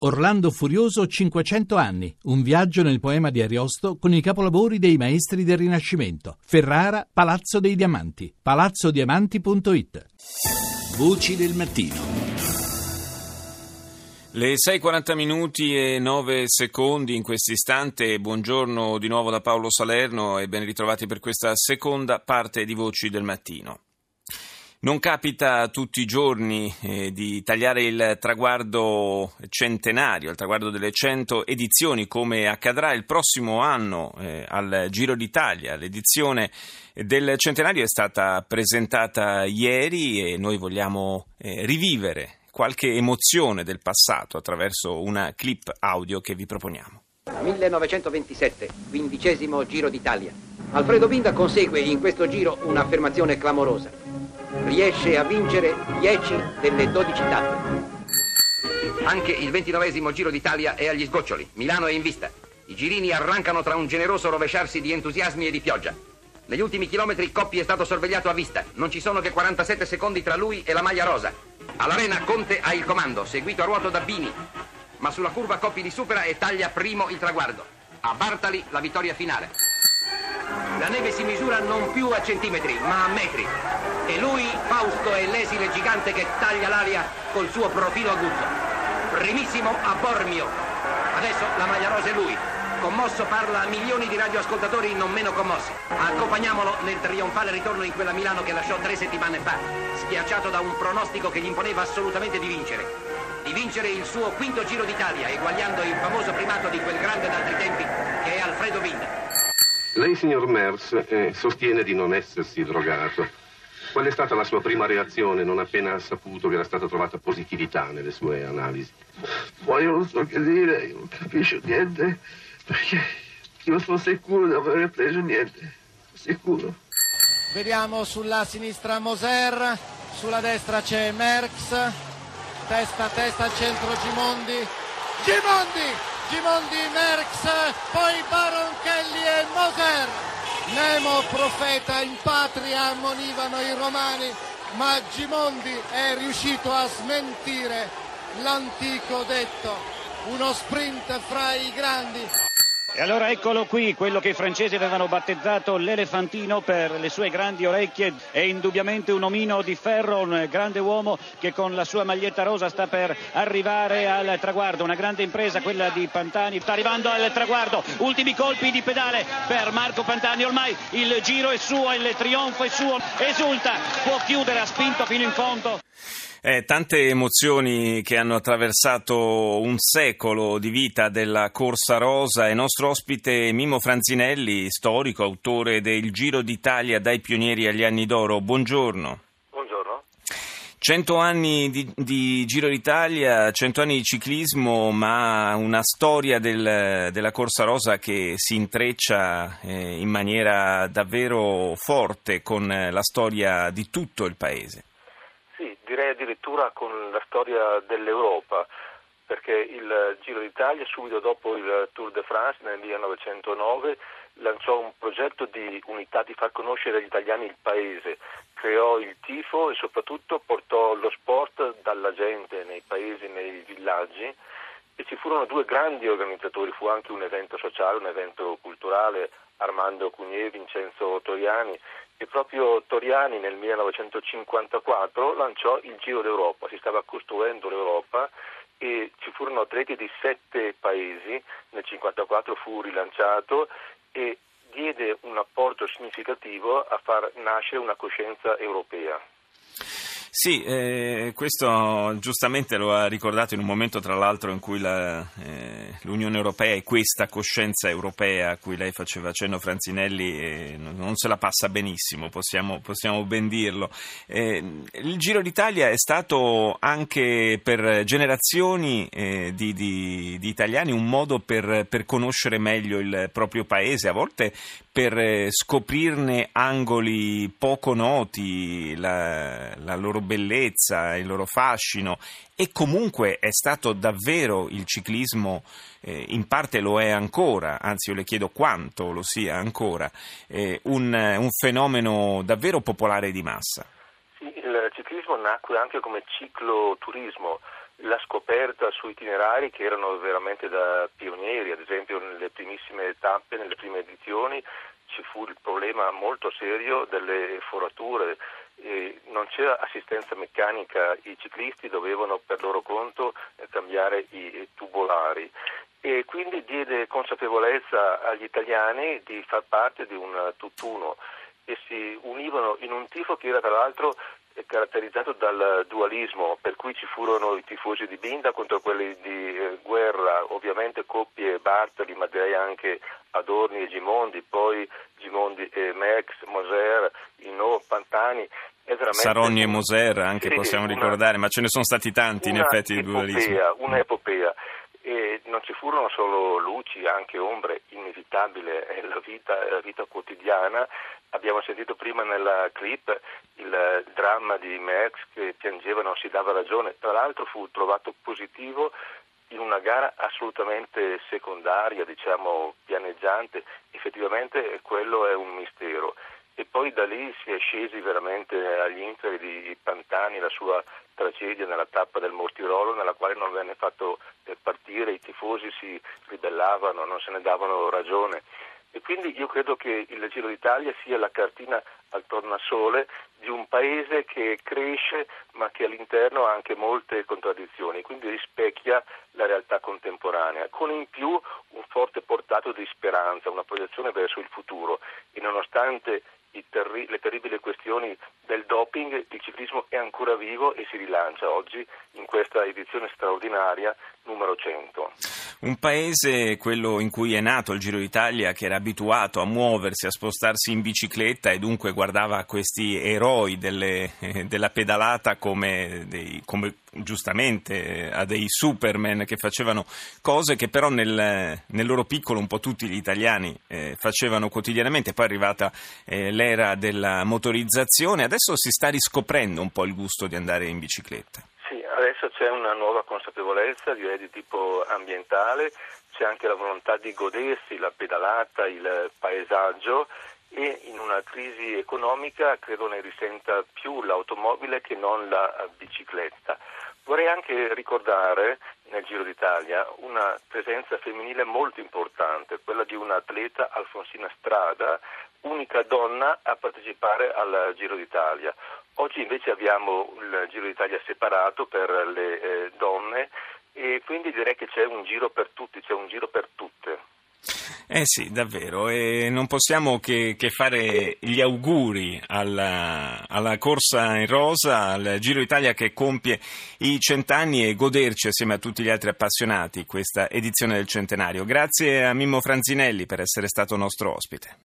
Orlando Furioso 500 anni, un viaggio nel poema di Ariosto con i capolavori dei maestri del Rinascimento. Ferrara, Palazzo dei Diamanti, palazzodiamanti.it. Voci del mattino. Le 6:40 minuti e 9 secondi in questo istante. Buongiorno di nuovo da Paolo Salerno e ben ritrovati per questa seconda parte di Voci del mattino. Non capita tutti i giorni di tagliare il traguardo centenario, il traguardo delle 100 edizioni, come accadrà il prossimo anno al Giro d'Italia. L'edizione del centenario è stata presentata ieri e noi vogliamo rivivere qualche emozione del passato attraverso una clip audio che vi proponiamo. 1927, 15° Giro d'Italia. Alfredo Binda consegue in questo giro un'affermazione clamorosa. Riesce a vincere 10 delle 12 tappe. Anche il 29° Giro d'Italia è agli sgoccioli. Milano è in vista. I girini arrancano tra un generoso rovesciarsi di entusiasmi e di pioggia. Negli ultimi chilometri Coppi è stato sorvegliato a vista. Non ci sono che 47 secondi tra lui e la maglia rosa. All'arena Conte ha il comando, seguito a ruoto da Bini. Ma sulla curva Coppi li supera e taglia primo il traguardo. A Bartali la vittoria finale. La neve si misura non più a centimetri, ma a metri. E lui, Fausto, è l'esile gigante che taglia l'aria col suo profilo aguzzo. Primissimo a Bormio. Adesso la maglia rosa è lui. Commosso parla a milioni di radioascoltatori non meno commossi. Accompagniamolo nel trionfale ritorno in quella Milano che lasciò 3 settimane fa, schiacciato da un pronostico che gli imponeva assolutamente di vincere. Di vincere il suo 5° Giro d'Italia, eguagliando il famoso primato di quel grande d'altri tempi che è Alfredo Binda. Lei, signor Merckx, sostiene di non essersi drogato. Qual è stata la sua prima reazione non appena ha saputo che era stata trovata positività nelle sue analisi? Poi io non so che dire, io non capisco niente, perché io sono sicuro di aver preso niente, sicuro. Vediamo sulla sinistra Moser, sulla destra c'è Merckx, testa a testa al centro Gimondi, Merckx, poi Baronchelli e Moser. Nemo profeta in patria ammonivano i romani, ma Gimondi è riuscito a smentire l'antico detto. Uno sprint fra i grandi. E allora eccolo qui, quello che i francesi avevano battezzato l'elefantino per le sue grandi orecchie. È indubbiamente un omino di ferro, un grande uomo che con la sua maglietta rosa sta per arrivare al traguardo. Una grande impresa quella di Pantani, sta arrivando al traguardo. Ultimi colpi di pedale per Marco Pantani, ormai il giro è suo, il trionfo è suo, esulta, può chiudere, ha spinto fino in fondo. Tante emozioni che hanno attraversato un secolo di vita della Corsa Rosa. E nostro ospite Mimmo Franzinelli, storico, autore del Giro d'Italia dai pionieri agli anni d'oro. Buongiorno. Buongiorno. 100 anni di Giro d'Italia, 100 anni di ciclismo, ma una storia della Corsa Rosa che si intreccia in maniera davvero forte con la storia di tutto il paese. Direi addirittura con la storia dell'Europa, perché il Giro d'Italia, subito dopo il Tour de France nel 1909, lanciò un progetto di unità, di far conoscere agli italiani il paese, creò il tifo e soprattutto portò lo sport dalla gente nei paesi, nei villaggi, e ci furono 2 grandi organizzatori. Fu anche un evento sociale, un evento culturale, Armando Cugné, Vincenzo Toriani. E proprio Toriani nel 1954 lanciò il Giro d'Europa. Si stava costruendo l'Europa e ci furono atleti di 7 paesi. Nel 1954 fu rilanciato e diede un apporto significativo a far nascere una coscienza europea. Sì, questo giustamente lo ha ricordato in un momento tra l'altro in cui l'Unione Europea e questa coscienza europea a cui lei faceva cenno, Franzinelli, non se la passa benissimo, possiamo ben dirlo. Il Giro d'Italia è stato anche per generazioni di italiani un modo per conoscere meglio il proprio paese, a volte per scoprirne angoli poco noti, la loro bellezza, il loro fascino, e comunque è stato davvero il ciclismo, in parte lo è ancora, anzi io le chiedo quanto lo sia ancora, un fenomeno davvero popolare di massa. Sì, il ciclismo nacque anche come cicloturismo. la scoperta su itinerari che erano veramente da pionieri, ad esempio nelle primissime tappe, nelle prime edizioni ci fu il problema molto serio delle forature, non c'era assistenza meccanica, i ciclisti dovevano per loro conto cambiare i tubolari e quindi diede consapevolezza agli italiani di far parte di un tutt'uno e si univano in un tifo che era tra l'altro caratterizzato dal dualismo, per cui ci furono i tifosi di Binda contro quelli di Guerra, ovviamente coppie Bartoli, ma direi anche Adorni e Gimondi, poi Gimondi e Merckx, Moser, Hinault, Pantani. Sarogni e Moser anche sì, possiamo ricordare, ma ce ne sono stati tanti in effetti di dualismo. Un'epopea. E non ci furono solo luci, anche ombre, inevitabile è la vita quotidiana. Abbiamo sentito prima nella clip il dramma di Merckx che piangeva, non si dava ragione. Tra l'altro fu trovato positivo in una gara assolutamente secondaria, diciamo pianeggiante. Effettivamente quello è un mistero. E poi da lì si è scesi veramente agli inferi di Pantani, la sua tragedia nella tappa del Mortirolo, nella quale non venne fatto partire, i tifosi si ribellavano, non se ne davano ragione. E quindi io credo che il Giro d'Italia sia la cartina al tornasole di un paese che cresce ma che all'interno ha anche molte contraddizioni, quindi rispecchia la realtà contemporanea, con in più un forte portato di speranza, una proiezione verso il futuro e nonostante le terribili questioni del doping, il ciclismo è ancora vivo e si rilancia oggi in questa edizione straordinaria numero 100. Un paese, quello in cui è nato il Giro d'Italia, che era abituato a muoversi, a spostarsi in bicicletta e dunque guardava a questi eroi della pedalata come giustamente a dei superman che facevano cose che però nel loro piccolo un po' tutti gli italiani facevano quotidianamente. Poi è arrivata l'era della motorizzazione, adesso si sta riscoprendo un po' il gusto di andare in bicicletta. Sì, adesso c'è una nuova consapevolezza, direi di tipo ambientale, c'è anche la volontà di godersi la pedalata, il paesaggio e in una crisi economica credo ne risenta più l'automobile che non la bicicletta. Vorrei anche ricordare nel Giro d'Italia una presenza femminile molto importante, quella di un'atleta, Alfonsina Strada, unica donna a partecipare al Giro d'Italia. Oggi invece abbiamo il Giro d'Italia separato per le donne e quindi direi che c'è un giro per tutti, c'è un giro per tutte. Sì, davvero, e non possiamo che fare gli auguri alla corsa in rosa, al Giro d'Italia che compie i 100 anni e goderci assieme a tutti gli altri appassionati questa edizione del centenario. Grazie a Mimmo Franzinelli per essere stato nostro ospite.